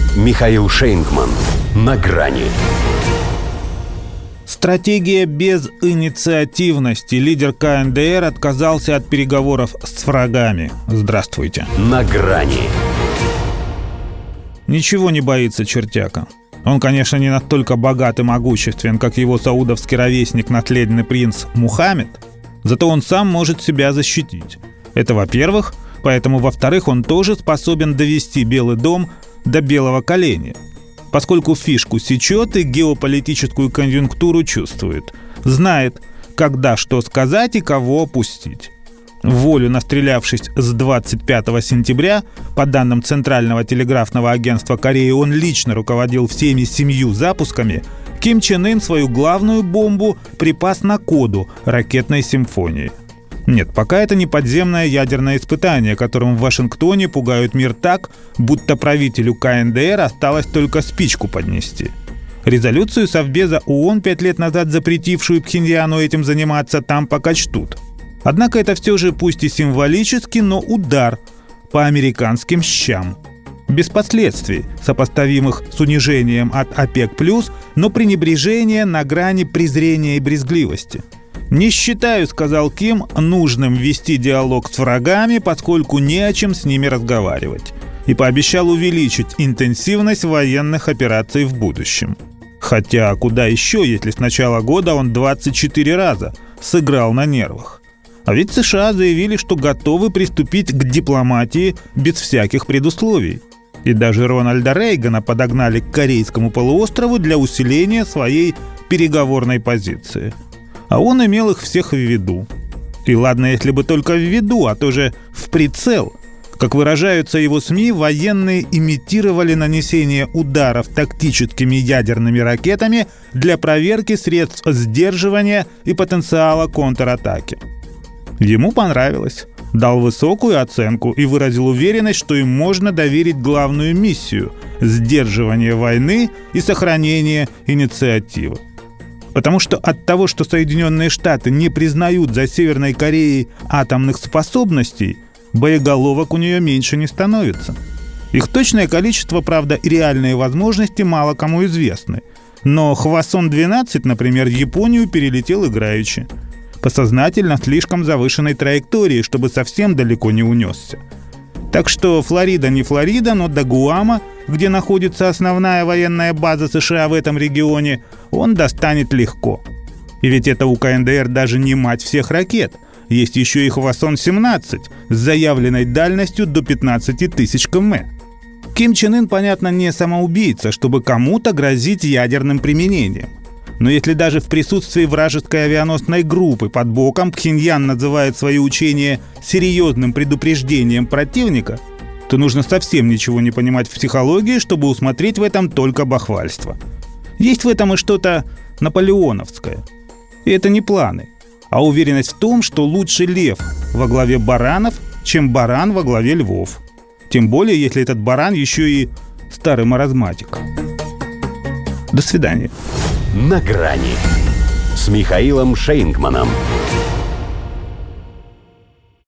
Михаил Шейнгман. На грани. Стратегия безинициативности. Лидер КНДР отказался от переговоров с врагами. Здравствуйте. На грани. Ничего не боится чертяка. Он, конечно, не настолько богат и могуществен, как его саудовский ровесник, наследный принц Мухаммед. Зато он сам может себя защитить. Это во-первых. Поэтому, во-вторых, он тоже способен довести Белый дом до белого коленя. Поскольку фишку сечет и геополитическую конъюнктуру чувствует. Знает, когда что сказать и кого опустить. В волю настрелявшись с 25 сентября, по данным Центрального телеграфного агентства Кореи, он лично руководил всеми 7 запусками, Ким Чен Ын свою главную бомбу припас на коду ракетной симфонии. Нет, пока это не подземное ядерное испытание, которым в Вашингтоне пугают мир так, будто правителю КНДР осталось только спичку поднести. Резолюцию Совбеза ООН 5 лет назад запретившую Пхеньяну этим заниматься там пока чтут. Однако это все же пусть и символический, но удар по американским щам. Без последствий, сопоставимых с унижением от ОПЕК+, но пренебрежение на грани презрения и брезгливости. «Не считаю, — сказал Ким, — нужным вести диалог с врагами, поскольку не о чем с ними разговаривать», и пообещал увеличить интенсивность военных операций в будущем. Хотя куда еще, если с начала года он 24 раза сыграл на нервах. А ведь США заявили, что готовы приступить к дипломатии без всяких предусловий. И даже Рональда Рейгана подогнали к Корейскому полуострову для усиления своей переговорной позиции. А он имел их всех в виду. И ладно, если бы только в виду, а то же в прицел. Как выражаются его СМИ, военные имитировали нанесение ударов тактическими ядерными ракетами для проверки средств сдерживания и потенциала контратаки. Ему понравилось. Дал высокую оценку и выразил уверенность, что им можно доверить главную миссию – сдерживание войны и сохранение инициативы. Потому что от того, что Соединенные Штаты не признают за Северной Кореей атомных способностей, боеголовок у нее меньше не становится. Их точное количество, правда, и реальные возможности мало кому известны. Но Хвасон-12, например, Японию перелетел играючи. По сознательно слишком завышенной траектории, чтобы совсем далеко не унесся. Так что Флорида не Флорида, но до Гуама, где находится основная военная база США в этом регионе, он достанет легко. И ведь это у КНДР даже не мать всех ракет. Есть еще и Хвасон-17 с заявленной дальностью до 15 тысяч км. Ким Чен Ын, понятно, не самоубийца, чтобы кому-то грозить ядерным применением. Но если даже в присутствии вражеской авианосной группы под боком Пхеньян называет свои учения серьезным предупреждением противника, то нужно совсем ничего не понимать в психологии, чтобы усмотреть в этом только бахвальство. Есть в этом и что-то наполеоновское. И это не планы, а уверенность в том, что лучше лев во главе баранов, чем баран во главе львов. Тем более, если этот баран еще и старый маразматик. До свидания. На грани с Михаилом Шейнгманом.